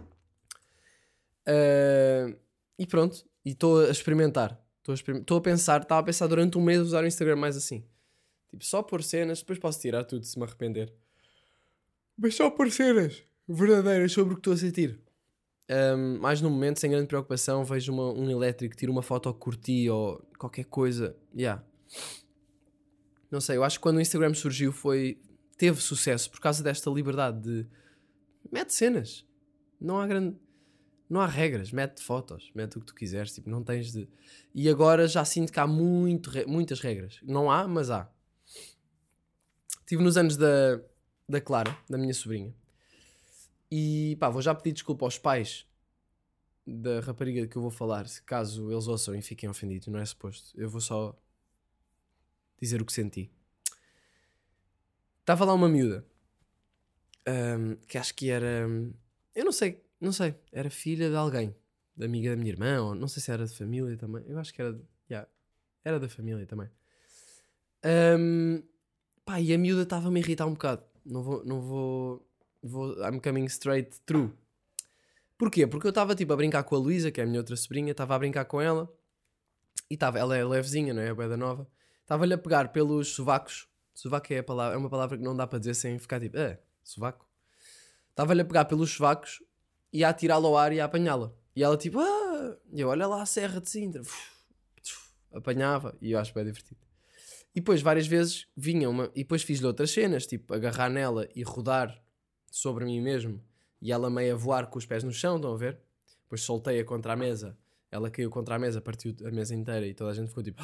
Uh, e pronto, e estou a experimentar. Estou a, experim- a pensar, estava a pensar durante um mês usar o Instagram mais assim. Tipo, só pôr cenas, depois posso tirar tudo se me arrepender. Mas só pôr cenas verdadeiras sobre o que estou a sentir. Um, mais no momento, sem grande preocupação, vejo uma, um elétrico, tiro uma foto que curti ou qualquer coisa. Yeah. Não sei, eu acho que quando o Instagram surgiu foi... Teve sucesso por causa desta liberdade de... Mete cenas. Não há grande... Não há regras, mete fotos, mete o que tu quiseres, tipo, não tens de... E agora já sinto que há muito, re- muitas regras. Não há, mas há. Estive nos anos da, da Clara, da minha sobrinha. E pá, vou já pedir desculpa aos pais da rapariga que eu vou falar, se caso eles ouçam e fiquem ofendidos, não é suposto. Eu vou só dizer o que senti. Estava lá uma miúda, ahm, que acho que era... Eu não sei... Não sei, era filha de alguém, da amiga da minha irmã, ou não sei se era de família também. Eu acho que era, yeah, era da família também. Um, pá, e a miúda estava-me a irritar um bocado. Não vou, não vou, vou, I'm coming straight through. Porquê? Porque eu estava tipo a brincar com a Luísa, que é a minha outra sobrinha, estava a brincar com ela, e estava, ela é levezinha, não é? A bué da nova. Estava-lhe a pegar pelos sovacos. Sovaco é, a palavra, é uma palavra que não dá para dizer sem ficar tipo, ah, sovaco. Estava-lhe a pegar pelos sovacos e a atirá-la ao ar e a apanhá-la. E ela tipo, ah! E eu, olha lá a Serra de Sintra. Apanhava e eu acho bem divertido. E depois várias vezes vinha uma... E depois fiz-lhe outras cenas, tipo agarrar nela e rodar sobre mim mesmo. E ela meio a voar com os pés no chão, estão a ver? Depois soltei-a contra a mesa. Ela caiu contra a mesa, partiu a mesa inteira e toda a gente ficou tipo...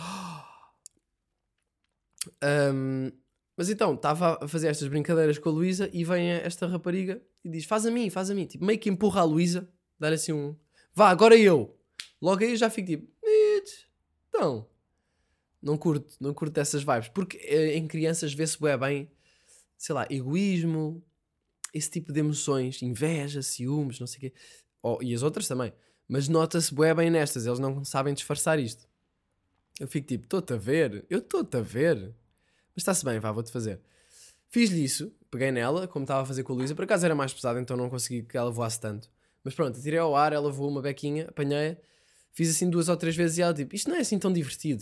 um, mas então, estava a fazer estas brincadeiras com a Luísa e vem esta rapariga e diz, faz a mim, faz a mim. Tipo, meio que empurra a Luísa, dar assim um... Vá, agora eu. Logo aí eu já fico tipo... Então... Não curto, não curto dessas vibes. Porque eh, em crianças vê-se bué bem, sei lá, egoísmo, esse tipo de emoções, inveja, ciúmes, não sei o quê. Oh, e as outras também. Mas nota-se bué bem nestas, eles não sabem disfarçar isto. Eu fico tipo, estou-te a ver, eu estou-te a ver. Mas está-se bem, vá, vou-te fazer. Fiz-lhe isso, peguei nela, como estava a fazer com a Luísa. Por acaso era mais pesada, então não consegui que ela voasse tanto. Mas pronto, tirei ao ar, ela voou uma bequinha, apanhei-a. Fiz assim duas ou três vezes e ela tipo, isto não é assim tão divertido.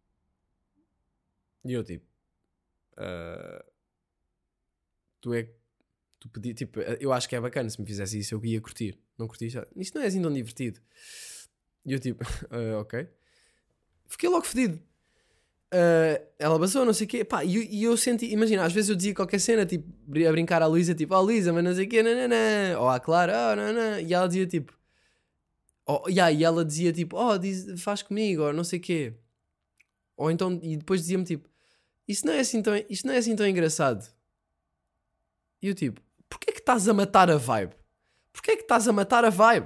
E eu tipo, uh, tu é, tu pedi, tipo, eu acho que é bacana se me fizesse isso, eu ia curtir. Não curti, já, isto não é assim tão divertido. E eu tipo, uh, ok. Fiquei logo fedido. Uh, ela basou, não sei o quê, pá, e, e eu senti, imagina, às vezes eu dizia qualquer cena, tipo, a brincar à Luísa, tipo, oh Luísa, mas não sei o quê, nananã. Ou à Clara, oh, nananã. E ela dizia tipo, oh, yeah, e ela dizia tipo, oh, diz, faz comigo, ou não sei o quê. Ou então, e depois dizia-me tipo, Isso não, é assim tão, isto não é assim tão engraçado. E eu tipo, porquê é que estás a matar a vibe? Porquê é que estás a matar a vibe?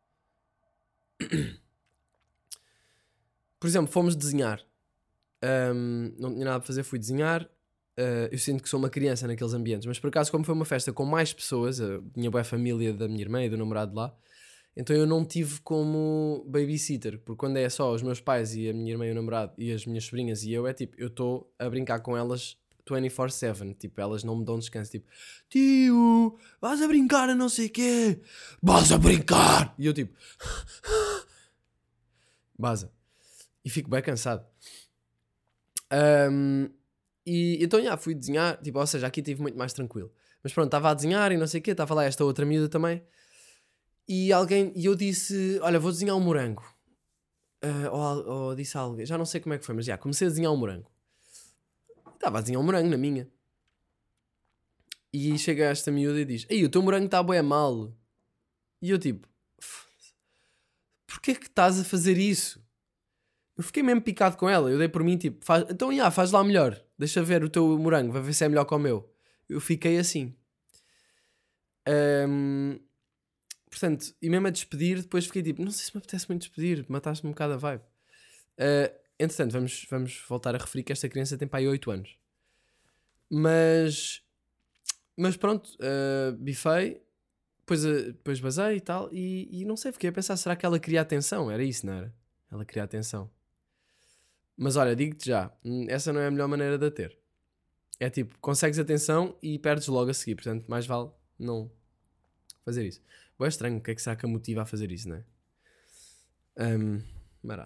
Por exemplo, fomos desenhar. Um, não tinha nada para fazer, fui desenhar. Uh, eu sinto que sou uma criança naqueles ambientes. Mas por acaso, como foi uma festa com mais pessoas, a minha boa família da minha irmã e do namorado lá, então eu não tive como babysitter. Porque quando é só os meus pais e a minha irmã e o namorado e as minhas sobrinhas e eu, é tipo, eu estou a brincar com elas vinte e quatro sete. Tipo, elas não me dão descanso. Tipo, tio, vais a brincar a não sei o quê. Vas a brincar! E eu tipo... Baza. E fico bem cansado. Um, e então, já, fui desenhar. Tipo, ou seja, aqui estive muito mais tranquilo. Mas pronto, estava a desenhar e não sei o quê. Estava lá esta outra miúda também. E alguém... E eu disse, olha, vou desenhar um morango. Uh, ou, ou disse alguém... Já não sei como é que foi, mas já, comecei a desenhar um morango. Estava a desenhar um morango na minha. E chega esta miúda e diz, ei, o teu morango está bué mal. E eu tipo... Porquê que estás a fazer isso? Eu fiquei mesmo picado com ela. Eu dei por mim tipo, faz, então já, faz lá melhor. Deixa ver o teu morango, vai ver se é melhor que o meu. Eu fiquei assim. Um, portanto, e mesmo a despedir, depois fiquei tipo, não sei se me apetece muito despedir, mataste-me um bocado a vibe. Uh, entretanto, vamos, vamos voltar a referir que esta criança tem para aí oito anos. Mas, mas pronto, uh, bifei, depois, uh, depois basei e tal, e, e não sei, fiquei a pensar, será que ela queria atenção? Era isso, não era? Ela queria atenção. Mas olha, digo-te já, essa não é a melhor maneira de a ter. É tipo, consegues atenção e perdes logo a seguir. Portanto, mais vale não fazer isso. Bom, é estranho, o que é que será que a motiva a fazer isso, não é? Um, marado.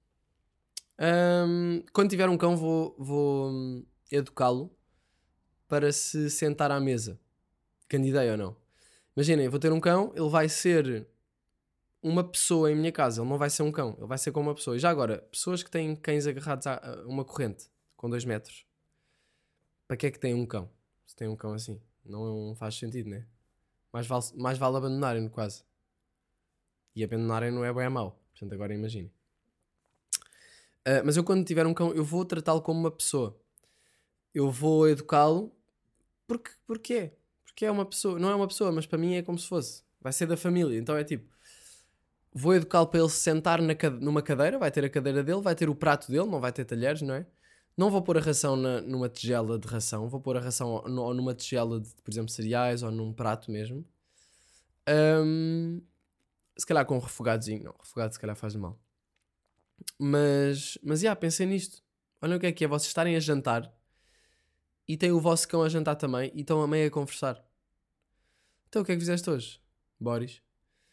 Um, quando tiver um cão, vou, vou hum, educá-lo para se sentar à mesa. Candideia ou não? Imaginem, vou ter um cão, ele vai ser uma pessoa em minha casa. Ele não vai ser um cão, ele vai ser como uma pessoa. E já agora, pessoas que têm cães agarrados a a uma corrente com dois metros, para que é que têm um cão? Se tem um cão assim, não faz sentido, né? Mais vale, mais vale abandonarem-no quase. E abandonarem-no é bem a mau. Portanto, agora imaginem. Uh, mas eu quando tiver um cão, eu vou tratá-lo como uma pessoa. Eu vou educá-lo porque, porque é. Porque é uma pessoa. Não é uma pessoa, mas para mim é como se fosse. Vai ser da família. Então é tipo, vou educá-lo para ele se sentar na cade- numa cadeira, vai ter a cadeira dele, vai ter o prato dele, não vai ter talheres, não é? Não vou pôr a ração na- numa tigela de ração, vou pôr a ração ou, no- ou numa tigela de, por exemplo, cereais ou num prato mesmo. Ahm, se calhar com um refogadozinho. Não, refogado se calhar faz mal. Mas, mas, já, pensei nisto. Olha o que é que é, vocês estarem a jantar e têm o vosso cão a jantar também e estão a meio a conversar. Então o que é que fizeste hoje, Boris?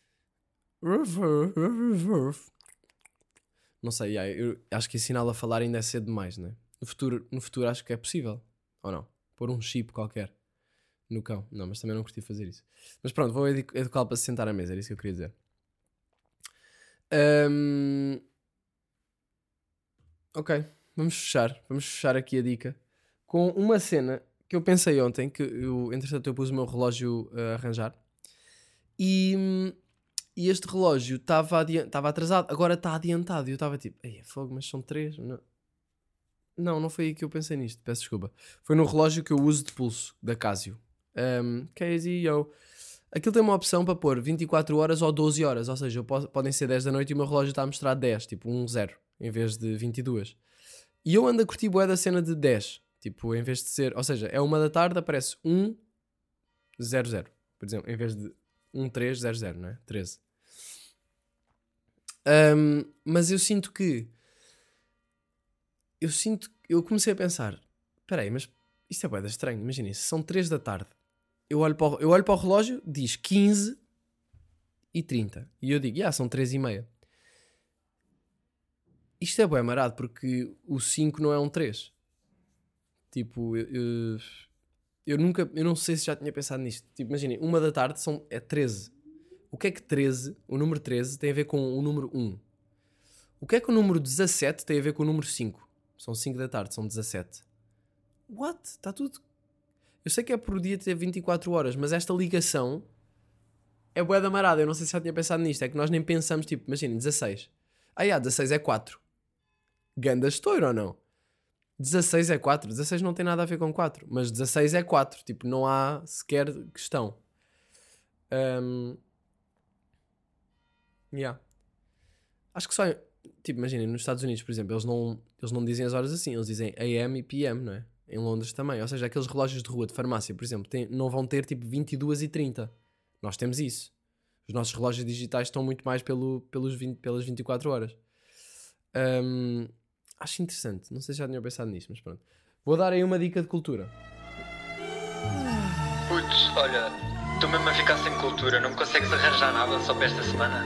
Não sei, já, eu acho que ensiná-lo a falar ainda é cedo demais, né? No futuro, no futuro acho que é possível. Ou não? Pôr um chip qualquer no cão. Não, mas também não curti fazer isso. Mas pronto, vou edu- educá-lo para se sentar à mesa, era isso que eu queria dizer. Ahm, ok, vamos fechar. Vamos fechar aqui a dica com uma cena que eu pensei ontem, que eu, entretanto eu pus o meu relógio a arranjar e, hum, e este relógio estava atrasado, agora está adiantado e eu estava tipo, ei, fogo, mas são três? Não. Não, não foi aí que eu pensei nisto, peço desculpa. Foi no relógio que eu uso de pulso, da Casio. Um, Casio. Aquilo tem uma opção para pôr vinte e quatro horas ou doze horas, ou seja, eu posso- podem ser dez da noite e o meu relógio está a mostrar dez, tipo um zero, em vez de vinte e duas. E eu ando a curtir bué da cena de dez, tipo, em vez de ser, ou seja, é uma da tarde, aparece um zero zero, por exemplo, em vez de um três zero zero, não é? treze. Um, mas eu sinto que eu sinto, eu comecei a pensar, espera aí, mas isto é bué da estranho, imaginem, se são três da tarde, eu olho, para o, eu olho para o relógio, diz quinze e trinta, e eu digo, ah, são três e meia. Isto é bué marado, porque o cinco não é um três. Tipo, eu, eu, eu nunca, eu não sei se já tinha pensado nisto. Tipo, imaginem, uma da tarde são, é treze. O que é que treze, o número treze, tem a ver com o número um? O que é que o número dezassete tem a ver com o número cinco? São cinco da tarde, são dezassete. What? Está tudo... Eu sei que é por dia ter vinte e quatro horas, mas esta ligação é bué da marada. Eu não sei se já tinha pensado nisto. É que nós nem pensamos, tipo, imaginem, dezasseis. Ah, yeah, dezasseis é quatro. Ganda estouro ou não? dezasseis é quatro. dezasseis não tem nada a ver com quatro. Mas dezasseis é quatro. Tipo, não há sequer questão. Um, yeah. Acho que só... Tipo, imaginem, nos Estados Unidos, por exemplo, eles não, eles não dizem as horas assim. Eles dizem A M e P M, não é? Em Londres também. Ou seja, aqueles relógios de rua de farmácia, por exemplo, têm, não vão ter tipo vinte e duas e trinta. Nós temos isso. Os nossos relógios digitais estão muito mais pelo, pelos vinte, pelas vinte e quatro horas. Um, acho interessante. Não sei se já tinha pensado nisto, mas pronto. Vou dar aí uma dica de cultura. Putz, olha, estou mesmo a ficar sem cultura, não me consegues arranjar nada só para esta semana?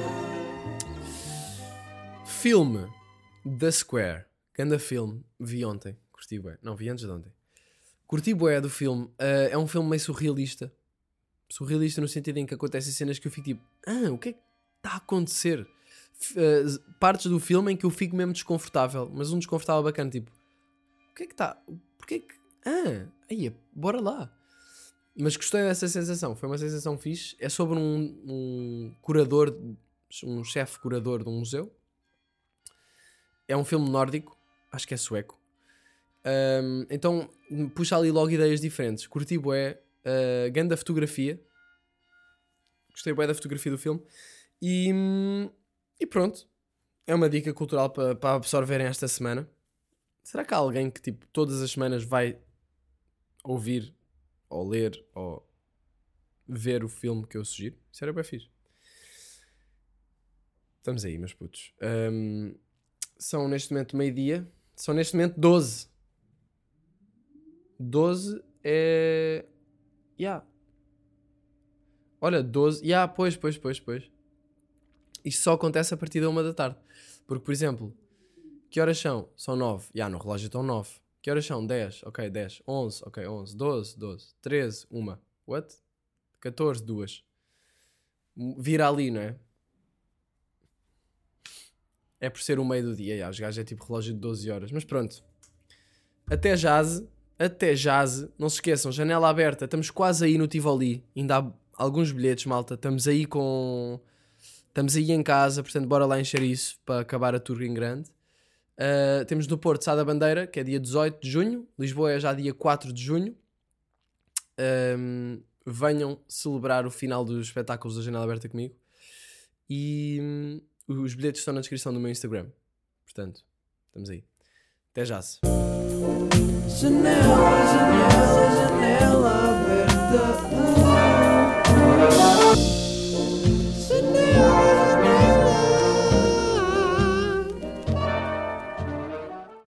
Filme The Square. Ganda filme. Vi ontem. Curti bué. Não, vi antes de ontem. Curti bué do filme. Uh, é um filme meio surrealista. Surrealista no sentido em que acontecem cenas que eu fico tipo, ah, o que é que está a acontecer? F- uh, partes do filme em que eu fico mesmo desconfortável, mas um desconfortável bacana, tipo, o que é que está? Porquê que. Ah, aí, bora lá. Mas gostei dessa sensação, foi uma sensação fixe. É sobre um, um curador, um chefe curador de um museu. É um filme nórdico, acho que é sueco. Um, então puxa ali logo ideias diferentes. Curti bué, uh, ganda fotografia. Gostei bué da fotografia do filme. E, e pronto. É uma dica cultural para pa absorverem esta semana. Será que há alguém que tipo todas as semanas vai ouvir ou ler ou ver o filme que eu sugiro? Isso era bem fixe. Estamos aí, meus putos. Um, são neste momento meio-dia. São neste momento doze. doze é... Yeah. Olha, doze... Yeah, pois, pois, pois, pois. Isto só acontece a partir da uma da tarde. Porque, por exemplo, que horas são? São nove. Yeah, no relógio estão nove. Que horas são? dez. Ok, dez. onze. Ok, onze. doze. doze. treze. uma. What? catorze. duas. Vira ali, não é? É por ser o meio do dia. Yeah, os gajos é tipo relógio de doze horas. Mas pronto. Até jazz. Até jazz. Não se esqueçam. Janela aberta. Estamos quase aí no Tivoli. Ainda há alguns bilhetes, malta. Estamos aí com... Estamos aí em casa. Portanto, bora lá encher isso para acabar a tour em grande. Uh, temos no Porto Sá da Bandeira, que é dia dezoito de junho. Lisboa é já dia quatro de junho. Um, venham celebrar o final dos espetáculos da Janela Aberta comigo. E um, os bilhetes estão na descrição do meu Instagram. Portanto, estamos aí. Até já. Janela, janela, janela aberta.